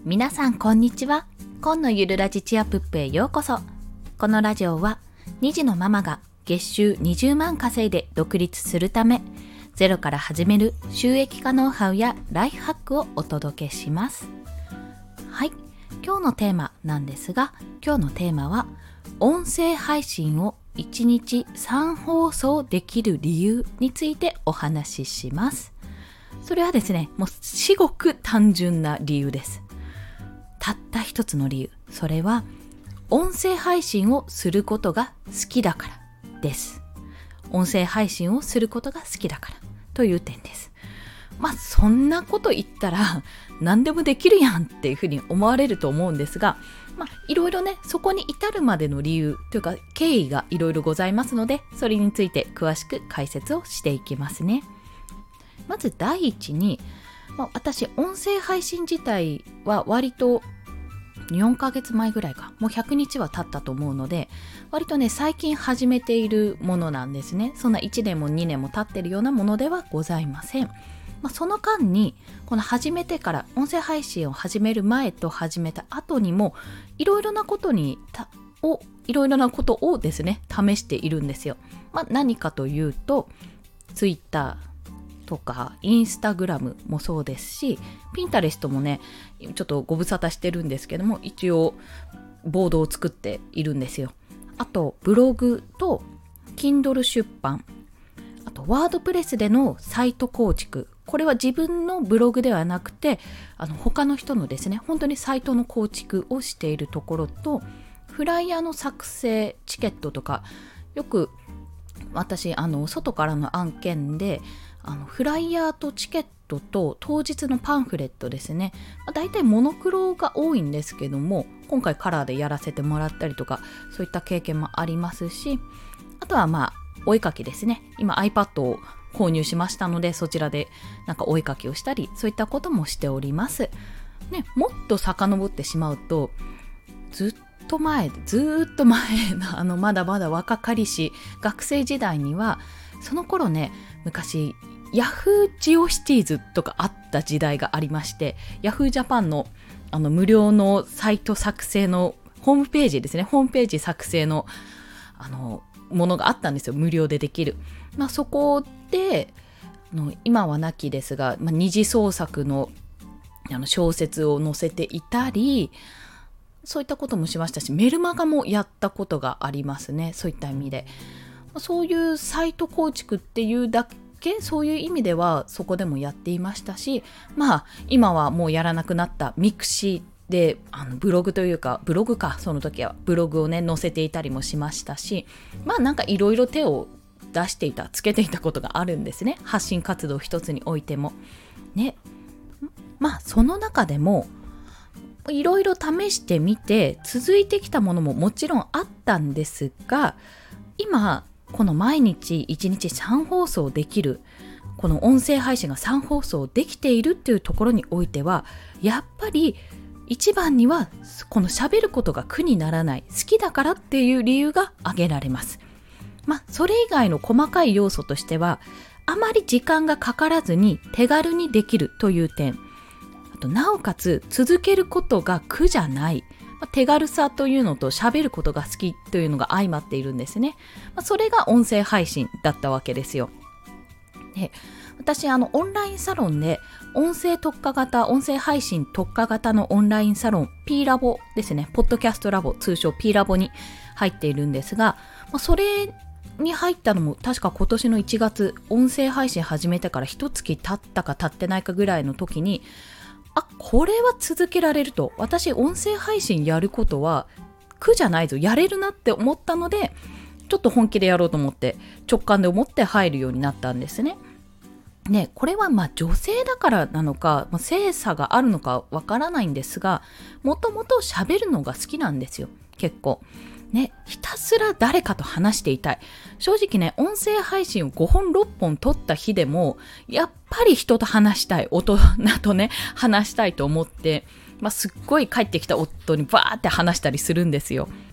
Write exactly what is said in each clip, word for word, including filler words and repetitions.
皆さんこんにちは。今のゆるラジチアプップへようこそ。このラジオはに児のママが月収にじゅうまん稼いで独立するため、ゼロから始める収益化ノウハウやライフハックをお届けします。はい、今日のテーマなんですが、今日のテーマは音声配信をいちにちさん放送できる理由についてお話しします。それはですね、もう至極単純な理由です。たった一つの理由。それは音声配信をすることが好きだからです。音声配信をすることが好きだからという点です。まあそんなこと言ったら何でもできるやんっていうふうに思われると思うんですが、まあいろいろね、そこに至るまでの理由というか経緯がいろいろございますので、それについて詳しく解説をしていきますね。まず第一に、まあ、私音声配信自体は割とよんかげつまえぐらいか、もうひゃくにちは経ったと思うので、割とね最近始めているものなんですね。そんないちねんもにねんも経ってるようなものではございません。まあ、その間にこの始めてから音声配信を始める前と始めた後にもいろいろなことにたをいろいろなことをですね試しているんですよ。まあ、何かというと Twitterとかインスタグラムもそうですし、ピンタレストもねちょっとご無沙汰してるんですけども、一応ボードを作っているんですよ。あとブログと Kindle 出版、あとワードプレスでのサイト構築、これは自分のブログではなくてあの他の人のですね本当にサイトの構築をしているところと、フライヤーの作成、チケットとか、よく私あの外からの案件であのフライヤーとチケットと当日のパンフレットですね、まあ、大体モノクロが多いんですけども、今回カラーでやらせてもらったりとか、そういった経験もありますし、あとはまあお絵かきですね。今 iPad を購入しましたので、そちらでなんかお絵かきをしたり、そういったこともしておりますね。もっと遡ってしまうと、ずっと前ずっと前のあのまだまだ若かりし学生時代には、その頃ね昔ヤフージオシティーズとかあった時代がありまして、ヤフージャパンのあの無料のサイト作成のホームページですね、ホームページ作成のあのものがあったんですよ、無料でできる。まあ、そこであの今はなきですが、まあ、二次創作のあの小説を載せていたり、そういったこともしましたし、メルマガもやったことがありますね。そういった意味でそういうサイト構築っていうだけ、そういう意味ではそこでもやっていましたし、まあ今はもうやらなくなったミクシーであのブログというかブログかその時はブログをね載せていたりもしましたし、まあなんかいろいろ手を出していたつけていたことがあるんですね。発信活動一つにおいてもね。まあその中でもいろいろ試してみて続いてきたものももちろんあったんですが、今この毎日いちにちさん放送できる、この音声配信がさん放送できているっていうところにおいては、やっぱり一番にはこの喋ることが苦にならない、好きだからっていう理由が挙げられます。まあそれ以外の細かい要素としては、あまり時間がかからずに手軽にできるという点、あとなおかつ続けることが苦じゃない、手軽さというのと喋ることが好きというのが相まっているんですね。それが音声配信だったわけですよ。で、私あのオンラインサロンで音声特化型、音声配信特化型のオンラインサロン P ラボですね、ポッドキャストラボ、通称 P ラボに入っているんですが、それに入ったのも確か今年のいちがつ、音声配信始めてから一月経ったか経ってないかぐらいの時に、あ、これは続けられると、私音声配信やることは苦じゃないぞ、やれるなって思ったので、ちょっと本気でやろうと思って直感で思って入るようになったんですね。ね、これはまあ女性だからなのか、まあ、性差があるのかわからないんですが、もともと喋るのが好きなんですよ、結構ね。ひたすら誰かと話していたい。正直ね、音声配信をごほんろっぽん撮った日でもやっぱり人と話したい、大人とね話したいと思って、まあ、すっごい帰ってきた夫にバーって話したりするんですよ。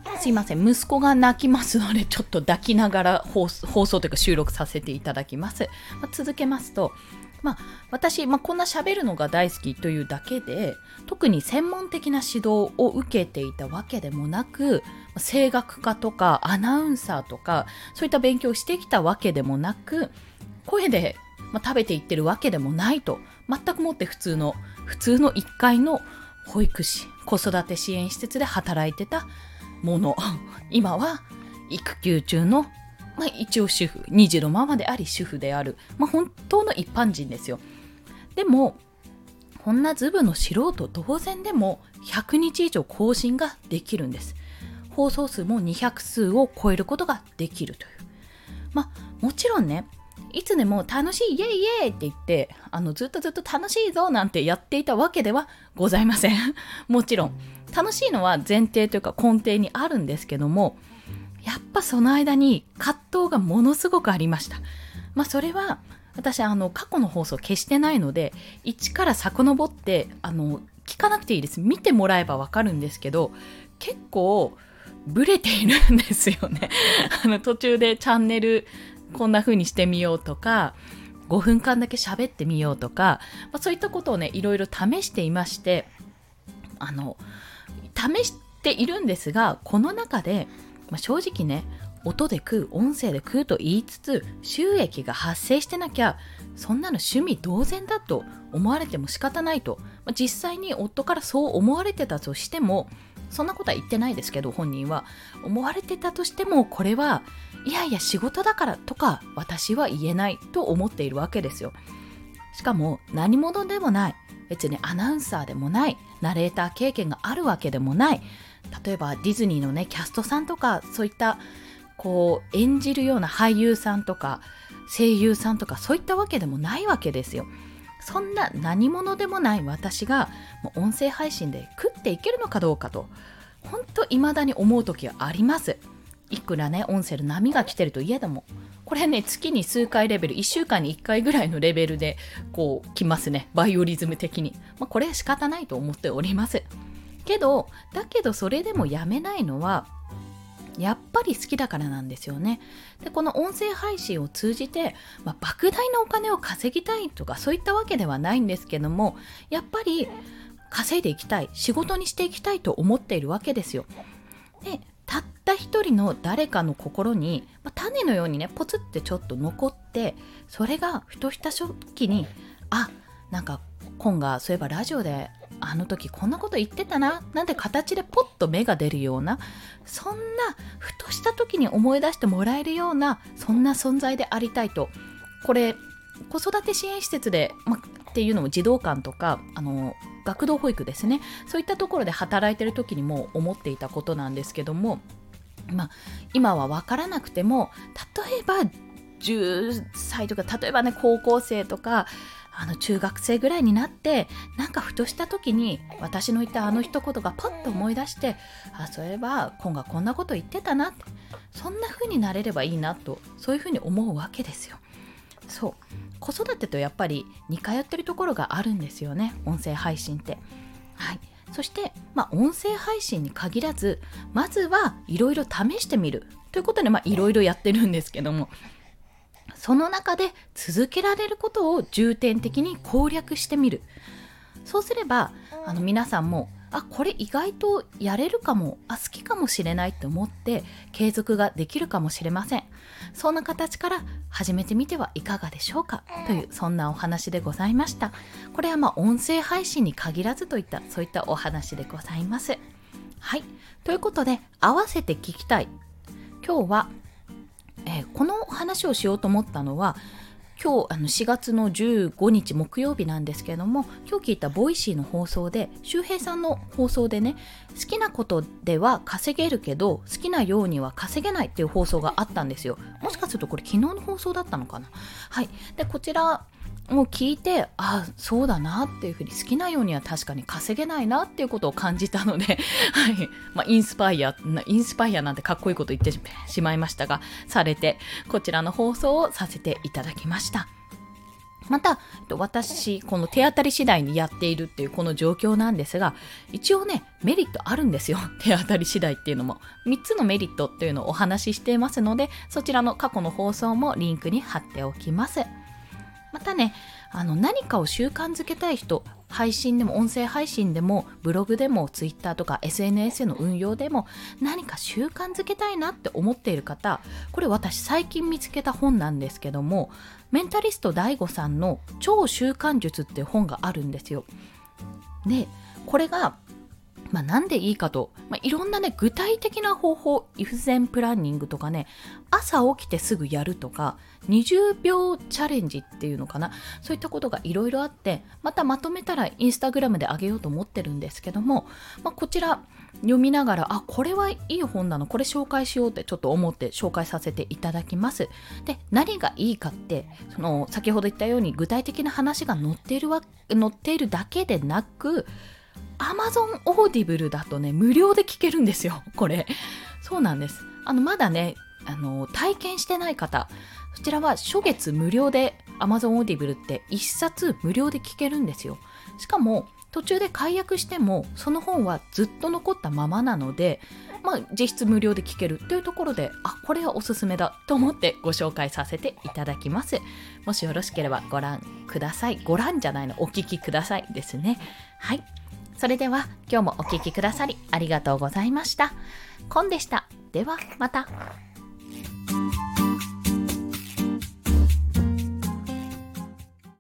すいません、息子が泣きますので、ちょっと抱きながら放送、放送というか収録させていただきます。まあ、続けますと、まあ、私、まあ、こんな喋るのが大好きというだけで、特に専門的な指導を受けていたわけでもなく、声楽家とかアナウンサーとか、そういった勉強をしてきたわけでもなく、声で、まあ、食べていってるわけでもないと、全くもって普通の、普通の一階の保育士、子育て支援施設で働いてたもの。今は育休中の、まあ、一応主婦、二児のママであり主婦である、まあ、本当の一般人ですよ。でもこんなズブの素人同然でもひゃくにち以上更新ができるんです。放送数もにひゃくすうを超えることができるという。まあもちろんね、いつでも楽しいイエイイエイって言ってあのずっとずっと楽しいぞなんてやっていたわけではございません。もちろん楽しいのは前提というか根底にあるんですけども、やっぱその間に葛藤がものすごくありました。まあそれは私あの過去の放送消してないので一から遡ってあの聞かなくていいです。見てもらえばわかるんですけど、結構ブレているんですよね。あの途中でチャンネルこんな風にしてみようとか、ごふんかんだけ喋ってみようとか、まあ、そういったことをねいろいろ試していまして、あの試しているんですが、この中で、まあ、正直ね、音で食う、音声で食うと言いつつ収益が発生してなきゃそんなの趣味同然だと思われても仕方ないと、まあ、実際に夫からそう思われてたとしても、そんなことは言ってないですけど本人は思われてたとしても、これはいやいや仕事だからとか私は言えないと思っているわけですよ。しかも何者でもない、別にアナウンサーでもない、ナレーター経験があるわけでもない、例えばディズニーのねキャストさんとかそういったこう演じるような俳優さんとか声優さんとかそういったわけでもないわけですよ。そんな何者でもない私がもう音声配信で食っていけるのかどうかと本当未だに思う時はあります。いくらね音声の波が来てるといえども、これね月に数回レベル、いっしゅうかんにいっかいぐらいのレベルでこう来ますね、バイオリズム的に。まあ、これは仕方ないと思っておりますけど、だけどそれでもやめないのはやっぱり好きだからなんですよね。でこの音声配信を通じて、まあ、莫大なお金を稼ぎたいとかそういったわけではないんですけども、やっぱり稼いでいきたい、仕事にしていきたいと思っているわけですよ。でたった一人の誰かの心に、まあ、種のようにねポツってちょっと残って、それがふとした時に、あ、なんか今がそういえばラジオであの時こんなこと言ってたななんて形でポッと芽が出るような、そんなふとした時に思い出してもらえるような、そんな存在でありたいと。これ子育て支援施設で、ま、っていうのも児童館とかあの学童保育ですね、そういったところで働いてる時にも思っていたことなんですけども、まあ、今は分からなくても、例えばじゅっさいとか、例えばね高校生とかあの中学生ぐらいになって、なんかふとした時に私の言ったあの一言がパッと思い出して、あ、そういえば今がこんなこと言ってたなって、そんな風になれればいいなと、そういう風に思うわけですよ。そう、子育てとやっぱり似通ってるところがあるんですよね、音声配信って。はい。そして、まあ、音声配信に限らず、まずはいろいろ試してみるということで、まあいろいろやってるんですけども、その中で続けられることを重点的に攻略してみる。そうすればあの皆さんも、あ、これ意外とやれるかも、あ、好きかもしれないと思って継続ができるかもしれません。そんな形から始めてみてはいかがでしょうかという、そんなお話でございました。これはまあ音声配信に限らずといったそういったお話でございます。はい、ということで合わせて聞きたい、今日はえー、この話をしようと思ったのは、今日あのしがつのじゅうごにち木曜日なんですけれども、今日聞いたボイシーの放送で、周平さんの放送でね、好きなことでは稼げるけど好きなようには稼げないっていう放送があったんですよ。もしかするとこれ昨日の放送だったのかな。はい。でこちらを聞いて、あ、そうだなっていうふうに、好きなようには確かに稼げないなっていうことを感じたので、はい、まあ、インスパイアインスパイアなんてかっこいいこと言ってしまいましたが、されてこちらの放送をさせていただきました。 また私この手当たり次第にやっているっていうこの状況なんですが、一応ねメリットあるんですよ。手当たり次第っていうのもみっつのメリットっていうのをお話ししていますので、そちらの過去の放送もリンクに貼っておきます。またね、あの何かを習慣づけたい人、配信でも音声配信でもブログでもツイッターとか エスエヌエス の運用でも何か習慣づけたいなって思っている方、これ私最近見つけた本なんですけども、メンタリスト ダイゴ さんの超習慣術っていう本があるんですよ。でこれがまあ、なんでいいかと、まあ、いろんなね具体的な方法、イフゼンプランニングとかね、朝起きてすぐやるとかにじゅうびょうチャレンジっていうのかな、そういったことがいろいろあって、またまとめたらインスタグラムで上げようと思ってるんですけども、まあ、こちら読みながら、あ、これはいい本なの、これ紹介しようってちょっと思って紹介させていただきます。で何がいいかって、その先ほど言ったように具体的な話が載っているわ載っているだけでなく、Amazon Audible だとね無料で聞けるんですよ。これそうなんです。あのまだねあの体験してない方、そちらは初月無料で Amazon Audible っていっさつ無料で聞けるんですよ。しかも途中で解約してもその本はずっと残ったままなので、まあ、実質無料で聞けるというところで、あ、これはおすすめだと思ってご紹介させていただきます。もしよろしければご覧ください。ご覧じゃないの、お聞きくださいですね。はい、それでは今日もお聞きくださりありがとうございました。コンでした。ではまた。